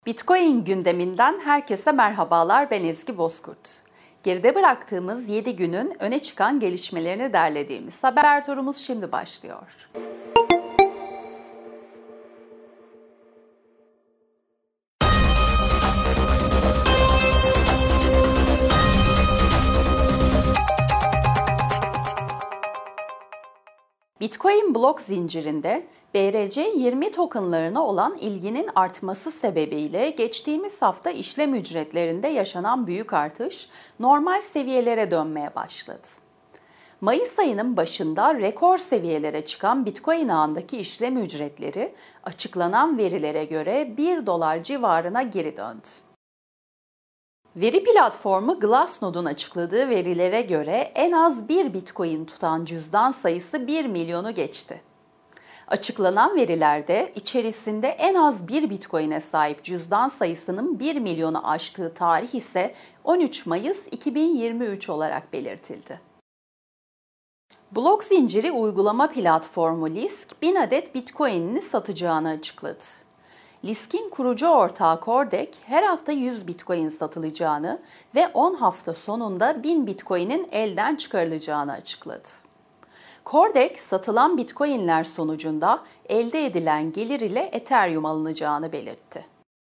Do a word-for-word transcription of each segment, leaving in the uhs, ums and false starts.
Bitcoin gündeminden herkese merhabalar, ben Ezgi Bozkurt. Geride bıraktığımız yedi günün öne çıkan gelişmelerini derlediğimiz haber turumuz şimdi başlıyor. Bitcoin blok zincirinde B R C yirmi tokenlarına olan ilginin artması sebebiyle geçtiğimiz hafta işlem ücretlerinde yaşanan büyük artış normal seviyelere dönmeye başladı. Mayıs ayının başında rekor seviyelere çıkan Bitcoin ağındaki işlem ücretleri açıklanan verilere göre bir dolar civarına geri döndü. Veri platformu Glassnode'un açıkladığı verilere göre en az bir Bitcoin tutan cüzdan sayısı bir milyonu geçti. Açıklanan verilerde içerisinde en az bir Bitcoin'e sahip cüzdan sayısının bir milyonu aştığı tarih ise on üç Mayıs iki bin yirmi üç olarak belirtildi. Blok zinciri uygulama platformu Lisk bin adet Bitcoin'ini satacağını açıkladı. Lisk'in kurucu ortağı Cordek her hafta yüz Bitcoin satılacağını ve on hafta sonunda bin Bitcoin'in elden çıkarılacağını açıkladı. Cordek, satılan Bitcoin'ler sonucunda elde edilen gelir ile Ethereum alınacağını belirtti.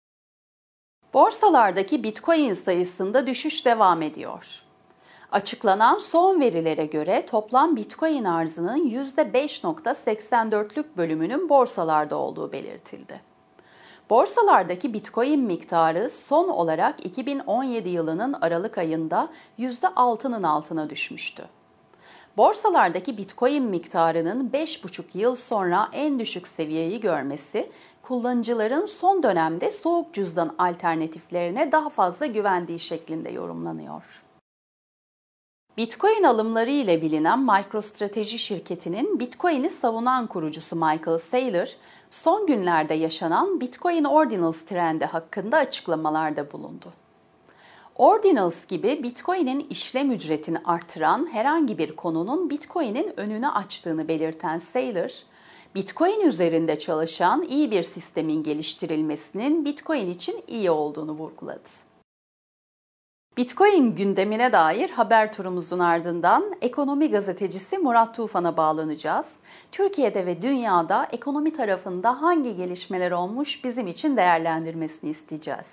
Borsalardaki Bitcoin sayısında düşüş devam ediyor. Açıklanan son verilere göre toplam Bitcoin arzının yüzde beş virgül seksen dörtlük bölümünün borsalarda olduğu belirtildi. Borsalardaki Bitcoin miktarı son olarak iki bin on yedi yılının Aralık ayında yüzde altının altına düşmüştü. Borsalardaki Bitcoin miktarının beş buçuk yıl sonra en düşük seviyeyi görmesi, kullanıcıların son dönemde soğuk cüzdan alternatiflerine daha fazla güvendiği şeklinde yorumlanıyor. Bitcoin alımları ile bilinen MicroStrategy şirketinin Bitcoin'i savunan kurucusu Michael Saylor, son günlerde yaşanan Bitcoin Ordinals trendi hakkında açıklamalarda bulundu. Ordinals gibi Bitcoin'in işlem ücretini artıran herhangi bir konunun Bitcoin'in önünü açtığını belirten Saylor, Bitcoin üzerinde çalışan iyi bir sistemin geliştirilmesinin Bitcoin için iyi olduğunu vurguladı. Bitcoin gündemine dair haber turumuzun ardından ekonomi gazetecisi Murat Tufan'a bağlanacağız. Türkiye'de ve dünyada ekonomi tarafında hangi gelişmeler olmuş bizim için değerlendirmesini isteyeceğiz.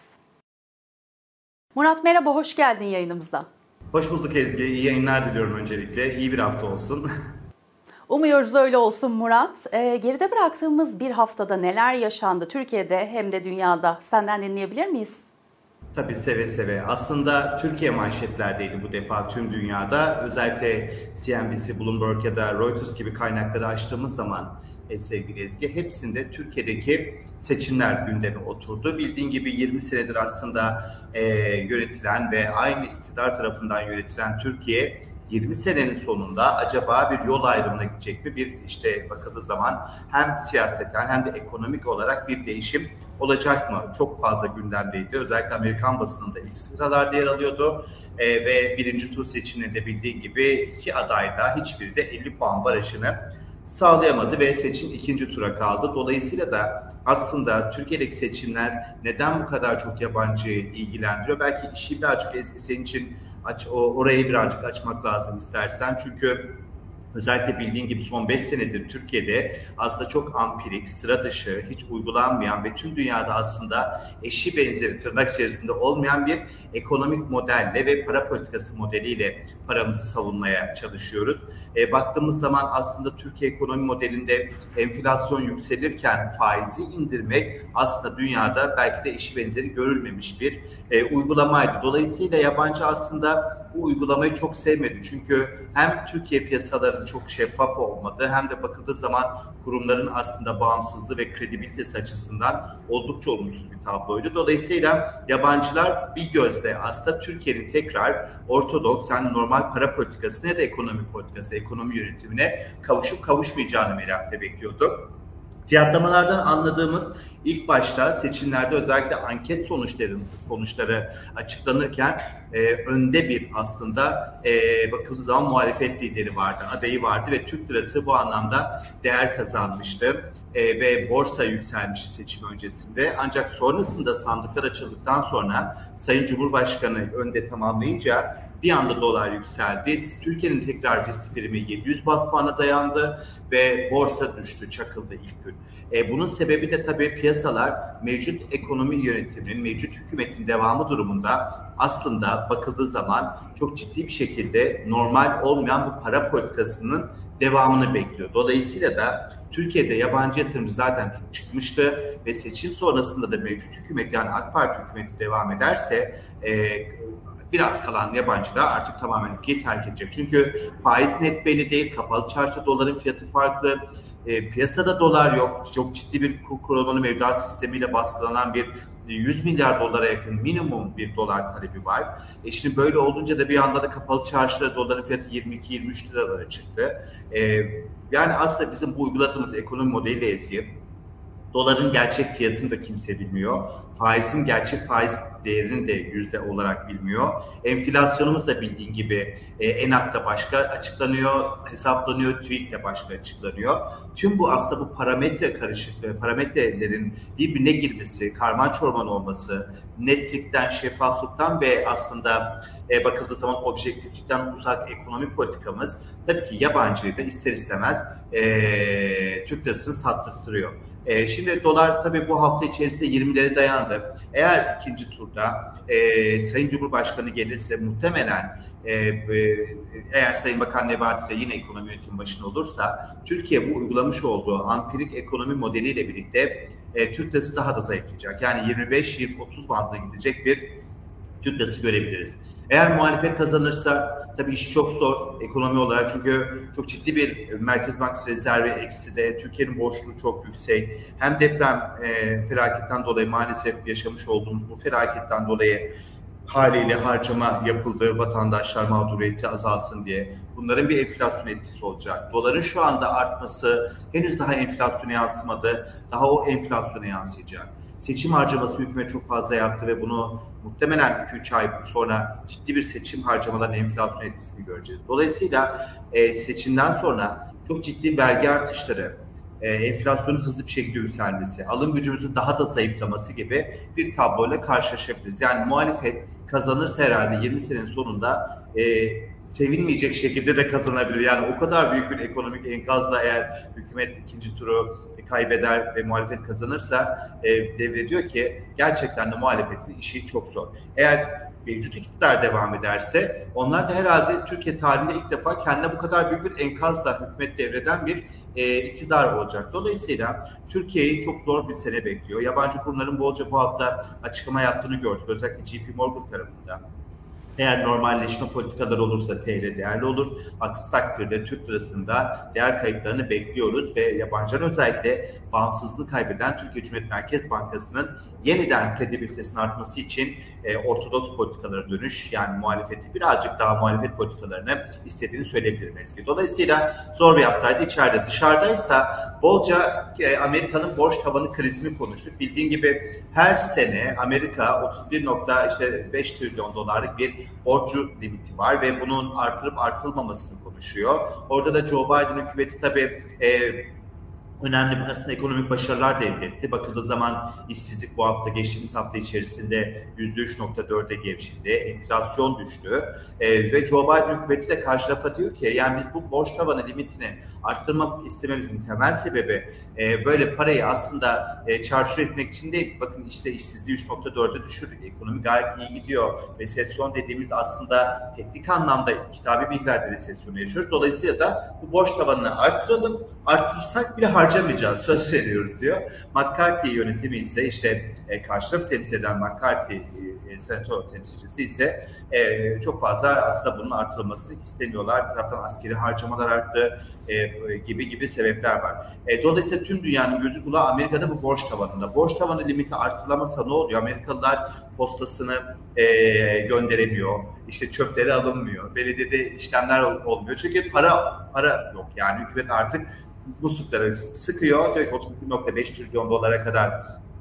Murat merhaba, hoş geldin yayınımıza. Hoş bulduk Ezgi, iyi yayınlar diliyorum öncelikle. İyi bir hafta olsun. Umuyoruz öyle olsun Murat. Ee, geride bıraktığımız bir haftada neler yaşandı Türkiye'de hem de dünyada, senden dinleyebilir miyiz? Tabii seve seve. Aslında Türkiye manşetlerdeydi bu defa tüm dünyada. Özellikle C N B C, Bloomberg ya da Reuters gibi kaynakları açtığımız zaman e, sevgili Ezgi, hepsinde Türkiye'deki seçimler gündeme oturdu. Bildiğin gibi yirmi senedir aslında e, yönetilen ve aynı iktidar tarafından yönetilen Türkiye yirmi senenin sonunda acaba bir yol ayrımına gidecek mi? Bir işte bakıldığı zaman hem siyaseten hem de ekonomik olarak bir değişim olacak mı? Çok fazla gündemdeydi. Özellikle Amerikan basınında ilk sıralarda yer alıyordu. Ee, ve birinci tur seçimlerinde bildiğin gibi iki aday da hiçbiri de elli puan barajını sağlayamadı ve seçim ikinci tura kaldı. Dolayısıyla da aslında Türkiye'deki seçimler neden bu kadar çok yabancıyı ilgilendiriyor? Belki işi birazcık Ezgi senin için aç, o, orayı birazcık açmak lazım istersen. Çünkü özellikle bildiğin gibi son beş senedir Türkiye'de aslında çok ampirik, sıra dışı, hiç uygulanmayan ve tüm dünyada aslında eşi benzeri tırnak içerisinde olmayan bir ekonomik modelle ve para politikası modeliyle paramızı savunmaya çalışıyoruz. E, baktığımız zaman aslında Türkiye ekonomi modelinde enflasyon yükselirken faizi indirmek aslında dünyada belki de eşi benzeri görülmemiş bir e, uygulamaydı. Dolayısıyla yabancı aslında bu uygulamayı çok sevmedi. Çünkü hem Türkiye piyasaları çok şeffaf olmadı hem de bakıldığı zaman kurumların aslında bağımsızlığı ve kredibilitesi açısından oldukça olumsuz bir tabloydu. Dolayısıyla yabancılar bir gözle aslında Türkiye'nin tekrar ortodoks yani normal para politikasına ya da ekonomi politikası, ekonomi yönetimine kavuşup kavuşmayacağını merakla bekliyordu. Fiyatlamalardan anladığımız ilk başta seçimlerde özellikle anket sonuçları, sonuçları açıklanırken e, önde bir aslında e, bakıldığı zaman muhalefet lideri vardı, adayı vardı ve Türk lirası bu anlamda değer kazanmıştı e, ve borsa yükselmişti seçim öncesinde. Ancak sonrasında sandıklar açıldıktan sonra Sayın Cumhurbaşkanı önde tamamlayınca bir anda dolar yükseldi. Türkiye'nin tekrar risk primi yedi yüz baz puana dayandı ve borsa düştü, çakıldı ilk gün. E, bunun sebebi de tabii piyasalar mevcut ekonomi yönetiminin, mevcut hükümetin devamı durumunda aslında bakıldığı zaman çok ciddi bir şekilde normal olmayan bu para politikasının devamını bekliyor. Dolayısıyla da Türkiye'de yabancı yatırımcı zaten çok çıkmıştı ve seçim sonrasında da mevcut hükümet, yani AK Parti hükümeti devam ederse e, biraz kalan yabancılar artık tamamen ülkeyi terk edecek. Çünkü faiz net belli değil, kapalı çarşı doların fiyatı farklı, e, piyasada dolar yok, çok ciddi bir kurulmanın mevduat sistemiyle baskılanan bir yüz milyar dolara yakın minimum bir dolar talebi var. E şimdi böyle olunca da bir anda da kapalı çarşıda doların fiyatı yirmi iki yirmi üç liralara çıktı. E, yani aslında bizim bu uyguladığımız ekonomi modeliyle Ezgi, doların gerçek fiyatını da kimse bilmiyor. Faizin gerçek faiz değerini de yüzde olarak bilmiyor. Enflasyonumuz da bildiğin gibi e, ENAK'ta başka açıklanıyor, hesaplanıyor, TÜİK'te başka açıklanıyor. Tüm bu aslında bu parametre karışıklığı, parametrelerin birbirine girmesi, karman çorman olması, netlikten, şeffaflıktan ve aslında e, bakıldığı zaman objektiflikten uzak ekonomi politikamız tabii ki yabancıyı da ister istemez e, Türk lirasını sattırtırıyor. E, şimdi dolar tabii bu hafta içerisinde yirmilere dayandı. Eğer ikinci turda e, Sayın Cumhurbaşkanı gelirse muhtemelen e, e, eğer Sayın Bakan Nebati de yine ekonomi yönetimi başında olursa Türkiye bu uygulamış olduğu ampirik ekonomi modeliyle birlikte e, Türk lirası daha da zayıflayacak. Yani yirmi beş yirmi otuz bandına gidecek bir Türk lirası görebiliriz. Eğer muhalefet kazanırsa tabii iş çok zor ekonomi olarak, çünkü çok ciddi bir Merkez Bankası rezervi ekside, Türkiye'nin borçluğu çok yüksek. Hem deprem e, felaketten dolayı maalesef yaşamış olduğumuz bu felaketten dolayı haliyle harcama yapıldı, vatandaşlar mağduriyeti azalsın diye. Bunların bir enflasyon etkisi olacak. Doların şu anda artması henüz daha enflasyona yansımadı, daha o enflasyona yansıyacak. Seçim harcaması hükümet çok fazla yaptı ve bunu muhtemelen iki üç ay sonra ciddi bir seçim harcamalarının enflasyon etkisini göreceğiz. Dolayısıyla e, seçimden sonra çok ciddi vergi artışları, e, enflasyonun hızlı bir şekilde yükselmesi, alım gücümüzün daha da zayıflaması gibi bir tabloyla karşılaşabiliriz. Yani muhalefet kazanırsa herhalde yirmi senenin sonunda e, sevinmeyecek şekilde de kazanabilir. Yani o kadar büyük bir ekonomik enkazla eğer hükümet ikinci turu kaybeder ve muhalefet kazanırsa e, devrediyor ki gerçekten de muhalefetin işi çok zor. Eğer mevcut iktidar devam ederse onlar da herhalde Türkiye tarihinde ilk defa kendine bu kadar büyük bir enkazla hükümet devreden bir e, iktidar olacak. Dolayısıyla Türkiye'yi çok zor bir sene bekliyor. Yabancı kurumların bolca bu hafta açıklama yaptığını gördük. Özellikle J P Morgan tarafında. Eğer normalleşme politikaları olursa T L değerli olur. Aksi takdirde Türk lirasında değer kayıplarını bekliyoruz ve yabancıların özellikle bağımsızlığını kaybeden Türkiye Cumhuriyet Merkez Bankası'nın yeniden kredibilitesinin artması için e, ortodoks politikalara dönüş, yani muhalefeti birazcık daha muhalefet politikalarını istediğini söyleyebilirim eski. Dolayısıyla zor bir haftaydı içeride. Dışarıdaysa bolca e, Amerika'nın borç tavanı krizini konuştuk. Bildiğin gibi her sene Amerika otuz bir nokta beş trilyon dolarlık bir borcu limiti var ve bunun artırıp artırılmamasını konuşuyor. Orada da Joe Biden hükümeti tabii e, önemli aslında ekonomik başarılar da elde etti. Bakıldığı zaman işsizlik bu hafta, geçtiğimiz hafta içerisinde yüzde üç nokta dörde gevşedi. Enflasyon düştü. Ee, ve Joe Biden hükümeti de karşı tarafa diyor ki yani biz bu borç tavanı limitini arttırmak istememizin temel sebebi e, böyle parayı aslında e, çarçur etmek için değil. Bakın işte işsizliği üç nokta dörde düşürdük. Ekonomi gayet iyi gidiyor. Resesyon dediğimiz aslında teknik anlamda kitabi bilgilerde resesyonu yaşıyoruz. Dolayısıyla da bu borç tavanını arttıralım. Arttırırsak bile harcamayacağız. Söz veriyoruz diyor. McCarthy yönetimi ise işte e, karşı tarafı temsil eden McCarthy e, senatör temsilcisi ise e, çok fazla aslında bunun artırılmasını istemiyorlar. Bir taraftan askeri harcamalar arttı e, gibi gibi sebepler var. E, dolayısıyla tüm dünyanın gözü kulağı Amerika'da bu borç tavanında. Borç tavanı limiti artırılamasa ne oluyor? Amerikalılar postasını e, gönderemiyor. İşte çöpleri alınmıyor. Belediyede işlemler olmuyor. Çünkü para para yok. Yani hükümet artık muslukları sıkıyor. otuz bir nokta beş trilyon dolara kadar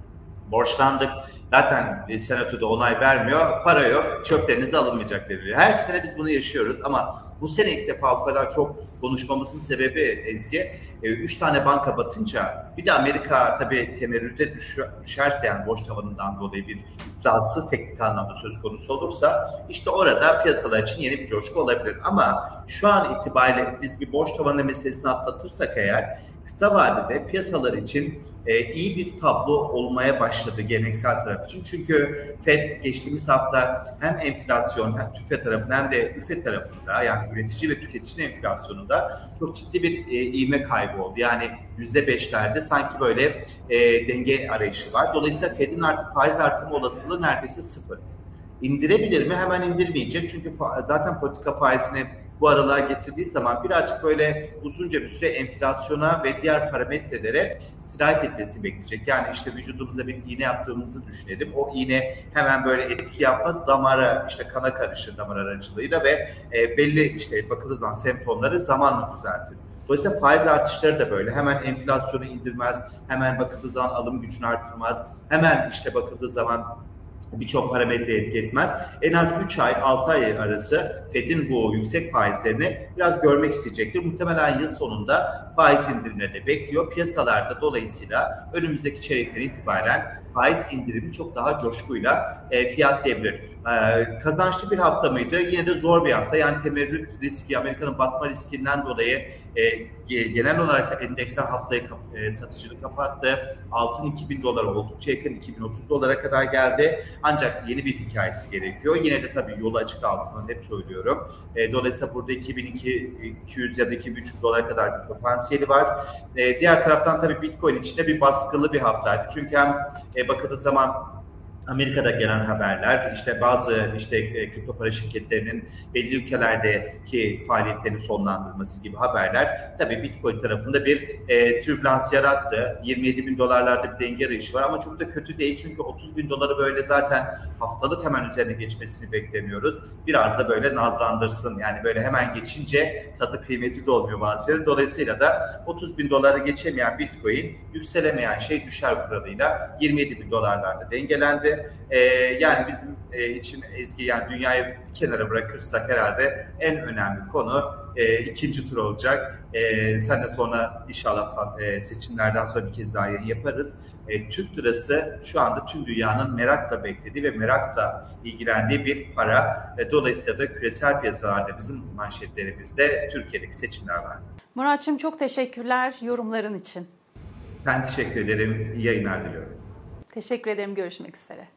borçlandık. Zaten e, senatoda onay vermiyor. Para yok. Çöpleriniz de alınmayacak deniliyor. Her sene biz bunu yaşıyoruz ama bu sene ilk defa bu kadar çok konuşmamızın sebebi Ezgi, e, üç tane banka batınca bir de Amerika tabii temerrüde düşerse yani borç tavanından dolayı bir iflası teknik anlamda söz konusu olursa işte orada piyasalar için yeni bir coşku olabilir. Ama şu an itibariyle biz bir borç tavanı meselesini atlatırsak eğer kısa vadede piyasalar için e, iyi bir tablo olmaya başladı geleneksel taraf için. Çünkü Fed geçtiğimiz hafta hem enflasyon hem TÜFE tarafında hem de üfe tarafında yani üretici ve tüketicinin enflasyonunda çok ciddi bir e, ivme kaybı oldu. Yani yüzde beşlerde sanki böyle e, denge arayışı var. Dolayısıyla Fed'in artık faiz artırma olasılığı neredeyse sıfır. İndirebilir mi? Hemen indirmeyecek. Çünkü fa- zaten politika faizini bu aralığa getirdiği zaman birazcık böyle uzunca bir süre enflasyona ve diğer parametrelere sirayet etmesi bekleyecek. Yani işte vücudumuza bir iğne yaptığımızı düşünelim. O iğne hemen böyle etki yapmaz. Damara işte kana karışır damar aracılığıyla ve e, belli işte bakıldığı zaman semptomları zamanla düzeltir. Dolayısıyla faiz artışları da böyle. Hemen enflasyonu indirmez. Hemen bakıldığı zaman alım gücünü artırmaz. Hemen işte bakıldığı zaman birçok parametre etki etmez. En az üç ay, altı ay arası Fed'in bu yüksek faizlerini biraz görmek isteyecektir. Muhtemelen yıl sonunda faiz indirimleri bekliyor. Piyasalarda dolayısıyla önümüzdeki çeyrekten itibaren faiz indirimi çok daha coşkuyla e, fiyatlayabilir. E, kazançlı bir hafta mıydı? Yine de zor bir hafta. Yani temerrüt riski, Amerika'nın batma riskinden dolayı e, genel olarak endeksler haftayı e, satıcılık kapattı. Altın iki bin dolar oldukça yakın iki bin otuz dolara kadar geldi. Ancak yeni bir hikayesi gerekiyor. Yine de tabii yolu açık altının hep söylüyorum. E, dolayısıyla burada iki bin iki yüz ya da iki bin üç yüz dolara kadar bir potansiyeli var. E, diğer taraftan tabii Bitcoin içinde bir baskılı bir haftaydı. Çünkü hem e, bakıldığı zaman Amerika'da gelen haberler, işte bazı işte e, kripto para şirketlerinin belli ülkelerdeki faaliyetlerini sonlandırması gibi haberler tabii Bitcoin tarafında bir e, türbülans yarattı. yirmi yedi bin dolarlarda bir denge arayışı var ama çok da kötü değil çünkü otuz bin doları böyle zaten haftalık hemen üzerine geçmesini beklemiyoruz. Biraz da böyle nazlandırsın yani böyle hemen geçince tadı kıymeti de olmuyor bazı şeylerin. Dolayısıyla da otuz bin doları geçemeyen Bitcoin yükselemeyen şey düşer kuralıyla yirmi yedi bin dolarlarda dengelendi. Ee, yani bizim e, için Ezgi yani dünyayı bir kenara bırakırsak herhalde en önemli konu e, ikinci tur olacak. E, sen de sonra inşallah e, seçimlerden sonra bir kez daha yayın yaparız. E, Türk lirası şu anda tüm dünyanın merakla beklediği ve merakla ilgilendiği bir para. E, dolayısıyla da küresel piyasalarda bizim manşetlerimizde Türkiye'deki seçimler var. Muratçığım çok teşekkürler yorumların için. Ben teşekkür ederim. İyi yayınlar diliyorum. Teşekkür ederim. Görüşmek üzere.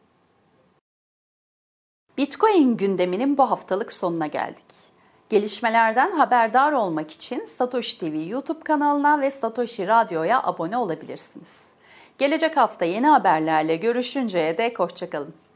Bitcoin gündeminin bu haftalık sonuna geldik. Gelişmelerden haberdar olmak için Satoshi T V YouTube kanalına ve Satoshi Radyo'ya abone olabilirsiniz. Gelecek hafta yeni haberlerle görüşünceye dek hoşça kalın.